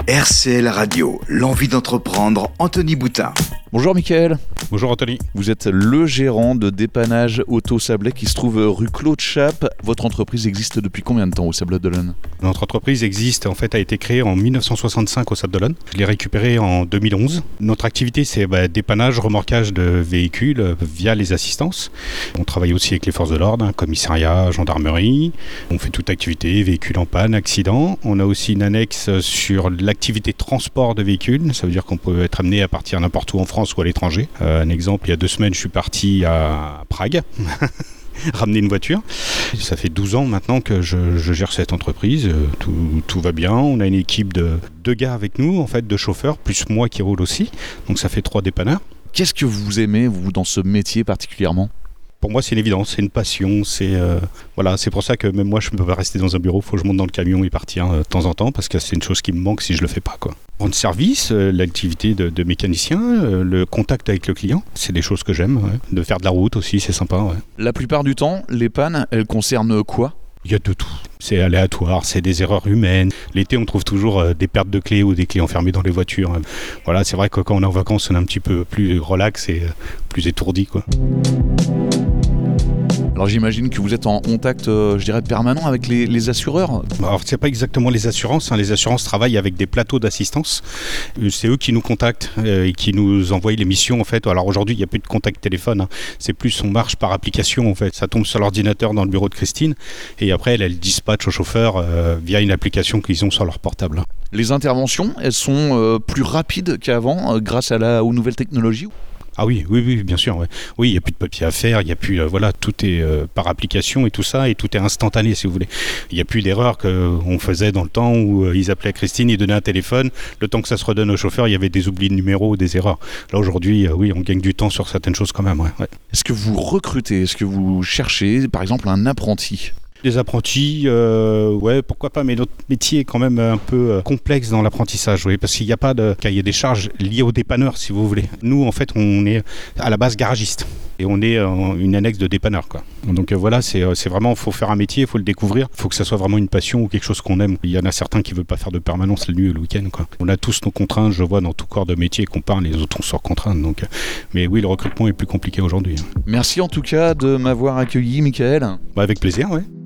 RCL Radio, l'envie d'entreprendre, Anthony Boutin. Bonjour Mickaël. Bonjour Anthony. Vous êtes le gérant de dépannage Auto Sablé qui se trouve rue Claude Chappe. Votre entreprise existe depuis combien de temps au Sables d'Olonne ? Notre entreprise existe, a été créée en 1965 au Sables d'Olonne. Je l'ai récupérée en 2011. Notre activité, c'est dépannage, remorquage de véhicules via les assistances. On travaille aussi avec les forces de l'ordre, commissariat, gendarmerie. On fait toute activité, véhicules en panne, accident. On a aussi une annexe sur l'activité transport de véhicules. Ça veut dire qu'on peut être amené à partir n'importe où en France ou à l'étranger. Un exemple, il y a 2 semaines, je suis parti à Prague. Ramener une voiture. Ça fait 12 ans maintenant que je gère cette entreprise. Tout va bien. On a une équipe de 2 gars avec nous, de chauffeurs, plus moi qui roule aussi. Donc ça fait 3 dépanneurs. Qu'est-ce que vous aimez, vous, dans ce métier particulièrement ? Pour moi, c'est une évidence, c'est une passion. C'est pour ça que même moi, je ne peux pas rester dans un bureau. Il faut que je monte dans le camion et partir de temps en temps parce que c'est une chose qui me manque si je ne le fais pas. Rendre service, l'activité de mécanicien, le contact avec le client, c'est des choses que j'aime. Ouais. De faire de la route aussi, c'est sympa. Ouais. La plupart du temps, les pannes, elles concernent quoi ? Il y a de tout. C'est aléatoire, c'est des erreurs humaines. L'été, on trouve toujours des pertes de clés ou des clés enfermées dans les voitures. Voilà, c'est vrai que quand on est en vacances, on est un petit peu plus relax et plus étourdi, Alors j'imagine que vous êtes en contact, permanent avec les assureurs. Alors c'est pas exactement les assurances. Les assurances travaillent avec des plateaux d'assistance. C'est eux qui nous contactent et qui nous envoient les missions Alors aujourd'hui il n'y a plus de contact téléphone. C'est plus on marche par application Ça tombe sur l'ordinateur dans le bureau de Christine et après elle dispatche aux chauffeurs via une application qu'ils ont sur leur portable. Les interventions, elles sont plus rapides qu'avant grâce aux nouvelles technologies ? Ah oui, bien sûr. Ouais. Oui, il n'y a plus de papier à faire, il n'y a plus, tout est par application et tout ça, et tout est instantané si vous voulez. Il n'y a plus d'erreurs qu'on faisait dans le temps où ils appelaient Christine, ils donnaient un téléphone, le temps que ça se redonne au chauffeur, il y avait des oublis de numéros ou des erreurs. Là aujourd'hui, on gagne du temps sur certaines choses quand même. Ouais. Est-ce que vous recrutez, est-ce que vous cherchez par exemple un apprenti ? Des apprentis, pourquoi pas, mais notre métier est quand même un peu complexe dans l'apprentissage, parce qu'il n'y a pas de cahier des charges lié au dépanneur, si vous voulez. Nous, on est à la base garagiste et on est une annexe de dépanneur, Donc c'est vraiment, il faut faire un métier, il faut le découvrir, il faut que ça soit vraiment une passion ou quelque chose qu'on aime. Il y en a certains qui ne veulent pas faire de permanence la nuit ou le week-end, On a tous nos contraintes, je vois dans tout corps de métier qu'on parle, les autres sont contraintes. Mais oui, le recrutement est plus compliqué aujourd'hui. Merci en tout cas de m'avoir accueilli, Mickaël. Avec plaisir, ouais.